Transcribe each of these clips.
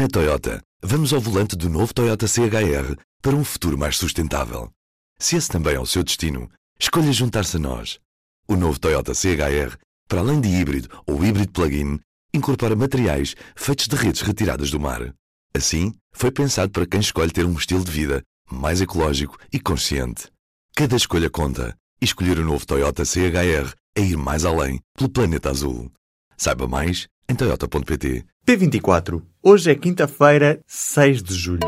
Na Toyota, vamos ao volante do novo Toyota CHR para um futuro mais sustentável. Se esse também é o seu destino, escolha juntar-se a nós. O novo Toyota CHR, para além de híbrido ou híbrido plug-in, incorpora materiais feitos de redes retiradas do mar. Assim, foi pensado para quem escolhe ter um estilo de vida mais ecológico e consciente. Cada escolha conta, e escolher o novo Toyota CHR é ir mais além pelo planeta azul. Saiba mais em toyota.pt. P24. Hoje é quinta-feira, 6 de julho.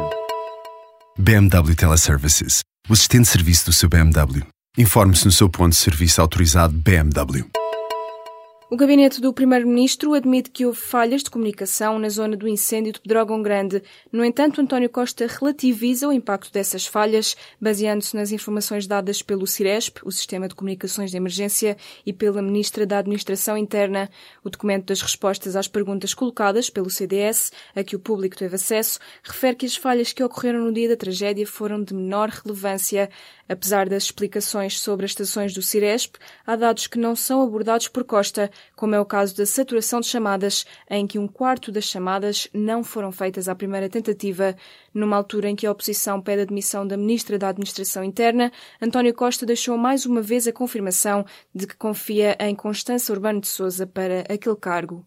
BMW Teleservices. O assistente de serviço do seu BMW. Informe-se no seu ponto de serviço autorizado BMW. O gabinete do Primeiro-Ministro admite que houve falhas de comunicação na zona do incêndio de Pedrógão Grande. No entanto, António Costa relativiza o impacto dessas falhas, baseando-se nas informações dadas pelo CIRESP, o Sistema de Comunicações de Emergência, e pela Ministra da Administração Interna. O documento das respostas às perguntas colocadas pelo CDS, a que o público teve acesso, refere que as falhas que ocorreram no dia da tragédia foram de menor relevância. Apesar das explicações sobre as estações do CIRESP, há dados que não são abordados por Costa, como é o caso da saturação de chamadas, em que 1/4 das chamadas não foram feitas à primeira tentativa. Numa altura em que a oposição pede a demissão da Ministra da Administração Interna, António Costa deixou mais uma vez a confirmação de que confia em Constança Urbano de Sousa para aquele cargo.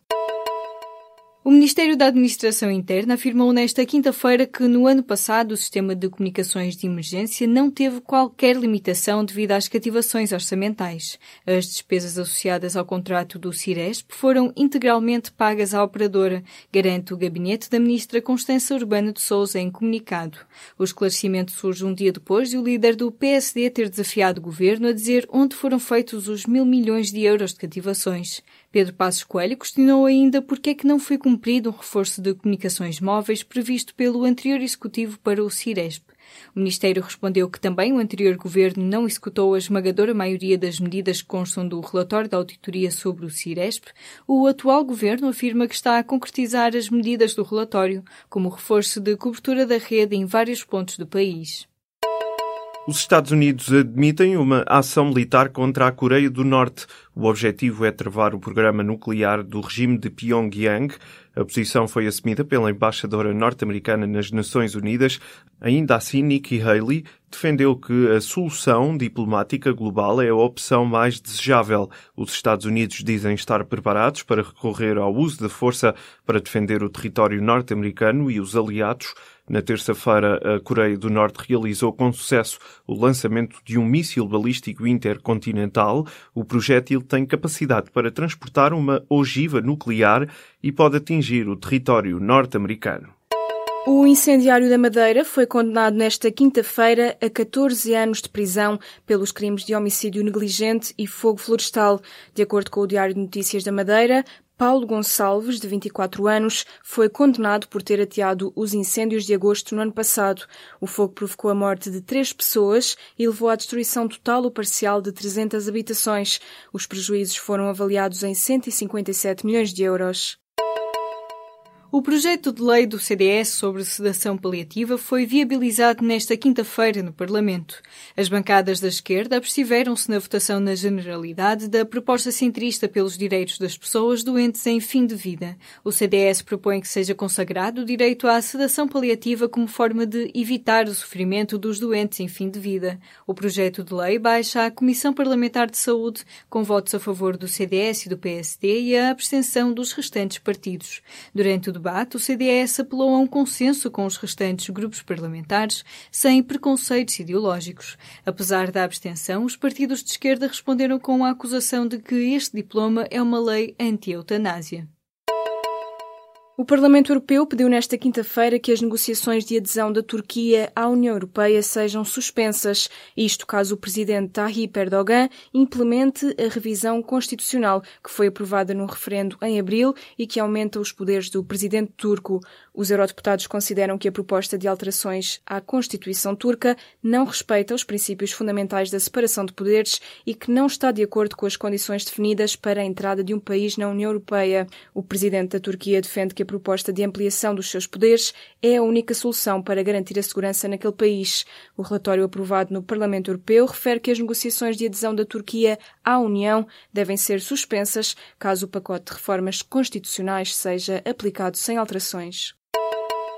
O Ministério da Administração Interna afirmou nesta quinta-feira que no ano passado o sistema de comunicações de emergência não teve qualquer limitação devido às cativações orçamentais. As despesas associadas ao contrato do CIRESP foram integralmente pagas à operadora, garante o gabinete da Ministra Constança Urbano de Sousa em comunicado. O esclarecimento surge um dia depois de o líder do PSD ter desafiado o governo a dizer onde foram feitos os 1.000 milhões de euros de cativações. Pedro Passos Coelho questionou ainda porque é que não foi cumprido um reforço de comunicações móveis previsto pelo anterior executivo para o CIRESP. O Ministério respondeu que também o anterior governo não executou a esmagadora maioria das medidas que constam do relatório da auditoria sobre o CIRESP. O atual governo afirma que está a concretizar as medidas do relatório, como o reforço de cobertura da rede em vários pontos do país. Os Estados Unidos admitem uma ação militar contra a Coreia do Norte. O objetivo é travar o programa nuclear do regime de Pyongyang. A posição foi assumida pela embaixadora norte-americana nas Nações Unidas. Ainda assim, Nikki Haley defendeu que a solução diplomática global é a opção mais desejável. Os Estados Unidos dizem estar preparados para recorrer ao uso da força para defender o território norte-americano e os aliados. Na terça-feira, a Coreia do Norte realizou com sucesso o lançamento de um míssil balístico intercontinental. O projétil tem capacidade para transportar uma ogiva nuclear e pode atingir o território norte-americano. O incendiário da Madeira foi condenado nesta quinta-feira a 14 anos de prisão pelos crimes de homicídio negligente e fogo florestal. De acordo com o Diário de Notícias da Madeira, Paulo Gonçalves, de 24 anos, foi condenado por ter ateado os incêndios de agosto no ano passado. O fogo provocou a morte de 3 pessoas e levou à destruição total ou parcial de 300 habitações. Os prejuízos foram avaliados em 157 milhões de euros. O projeto de lei do CDS sobre sedação paliativa foi viabilizado nesta quinta-feira no Parlamento. As bancadas da esquerda abstiveram-se na votação na generalidade da proposta centrista pelos direitos das pessoas doentes em fim de vida. O CDS propõe que seja consagrado o direito à sedação paliativa como forma de evitar o sofrimento dos doentes em fim de vida. O projeto de lei baixa à Comissão Parlamentar de Saúde, com votos a favor do CDS e do PSD e a abstenção dos restantes partidos. Durante o debate, o CDS apelou a um consenso com os restantes grupos parlamentares, sem preconceitos ideológicos. Apesar da abstenção, os partidos de esquerda responderam com a acusação de que este diploma é uma lei anti-eutanásia. O Parlamento Europeu pediu nesta quinta-feira que as negociações de adesão da Turquia à União Europeia sejam suspensas, isto caso o presidente Tayyip Erdogan implemente a revisão constitucional que foi aprovada num referendo em abril e que aumenta os poderes do presidente turco. Os eurodeputados consideram que a proposta de alterações à Constituição turca não respeita os princípios fundamentais da separação de poderes e que não está de acordo com as condições definidas para a entrada de um país na União Europeia. O presidente da Turquia defende que a proposta de ampliação dos seus poderes é a única solução para garantir a segurança naquele país. O relatório aprovado no Parlamento Europeu refere que as negociações de adesão da Turquia à União devem ser suspensas caso o pacote de reformas constitucionais seja aplicado sem alterações.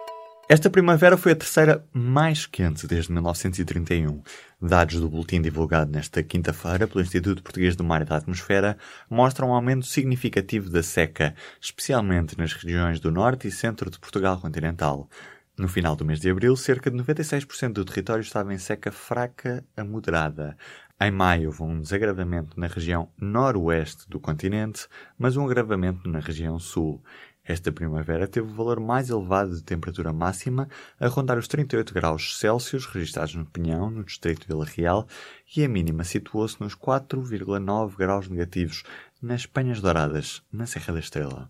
Esta primavera foi a terceira mais quente desde 1931. Dados do boletim divulgado nesta quinta-feira pelo Instituto Português do Mar e da Atmosfera mostram um aumento significativo da seca, especialmente nas regiões do norte e centro de Portugal continental. No final do mês de abril, cerca de 96% do território estava em seca fraca a moderada. Em maio, houve um desagravamento na região noroeste do continente, mas um agravamento na região sul. Esta primavera teve o valor mais elevado de temperatura máxima, a rondar os 38 graus Celsius, registados no Pinhão, no distrito de Vila Real, e a mínima situou-se nos 4,9 graus negativos, nas Penhas Douradas, na Serra da Estrela.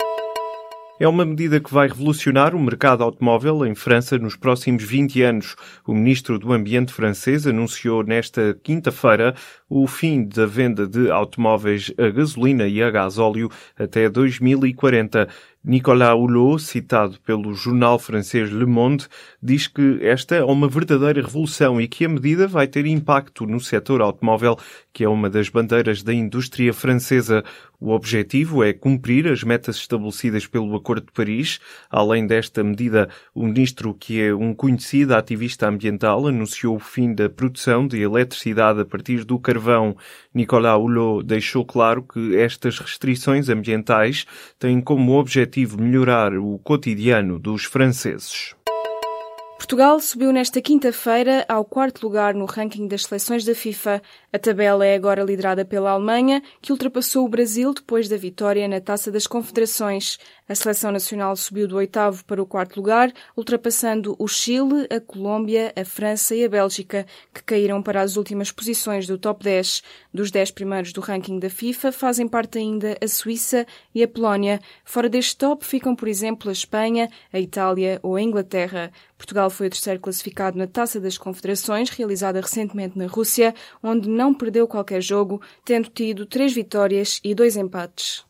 É uma medida que vai revolucionar o mercado automóvel em França nos próximos 20 anos. O ministro do Ambiente francês anunciou nesta quinta-feira o fim da venda de automóveis a gasolina e a gasóleo até 2040. Nicolas Hulot, citado pelo jornal francês Le Monde, diz que esta é uma verdadeira revolução e que a medida vai ter impacto no setor automóvel, que é uma das bandeiras da indústria francesa. O objetivo é cumprir as metas estabelecidas pelo Acordo de Paris. Além desta medida, o ministro, que é um conhecido ativista ambiental, anunciou o fim da produção de eletricidade a partir do carvão. Nicolas Hulot deixou claro que estas restrições ambientais têm como objetivo melhorar o cotidiano dos franceses. Portugal subiu nesta quinta-feira ao 4º lugar no ranking das seleções da FIFA. A tabela é agora liderada pela Alemanha, que ultrapassou o Brasil depois da vitória na Taça das Confederações. A seleção nacional subiu do 8º para o 4º lugar, ultrapassando o Chile, a Colômbia, a França e a Bélgica, que caíram para as últimas posições do top 10. Dos 10 primeiros do ranking da FIFA fazem parte ainda a Suíça e a Polónia. Fora deste top ficam, por exemplo, a Espanha, a Itália ou a Inglaterra. Portugal foi o terceiro classificado na Taça das Confederações, realizada recentemente na Rússia, onde não perdeu qualquer jogo, tendo tido 3 vitórias e 2 empates.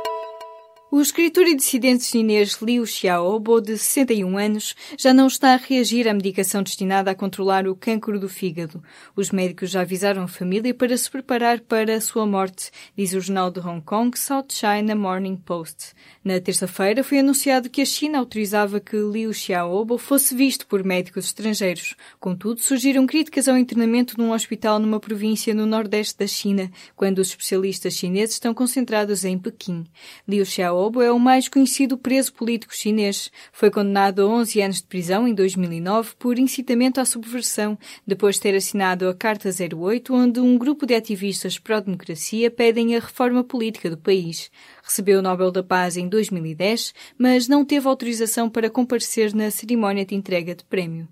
O escritor e dissidente chinês Liu Xiaobo, de 61 anos, já não está a reagir à medicação destinada a controlar o cancro do fígado. Os médicos já avisaram a família para se preparar para a sua morte, diz o jornal de Hong Kong South China Morning Post. Na terça-feira foi anunciado que a China autorizava que Liu Xiaobo fosse visto por médicos estrangeiros. Contudo, surgiram críticas ao internamento num hospital numa província no nordeste da China, quando os especialistas chineses estão concentrados em Pequim. Liu Xiaobo é o mais conhecido preso político chinês. Foi condenado a 11 anos de prisão em 2009 por incitamento à subversão, depois de ter assinado a Carta 08, onde um grupo de ativistas pró-democracia pedem a reforma política do país. Recebeu o Nobel da Paz em 2010, mas não teve autorização para comparecer na cerimónia de entrega de prémio.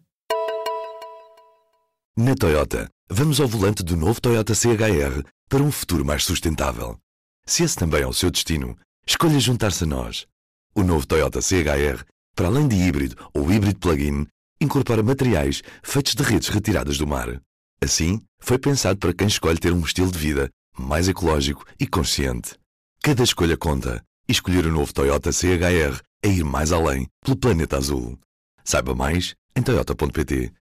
Na Toyota, vamos ao volante do novo Toyota CHR para um futuro mais sustentável. Se esse também é o seu destino, escolha juntar-se a nós. O novo Toyota CHR, para além de híbrido ou híbrido plug-in, incorpora materiais feitos de redes retiradas do mar. Assim, foi pensado para quem escolhe ter um estilo de vida mais ecológico e consciente. Cada escolha conta, e escolher o novo Toyota CHR é ir mais além pelo planeta azul. Saiba mais em toyota.pt.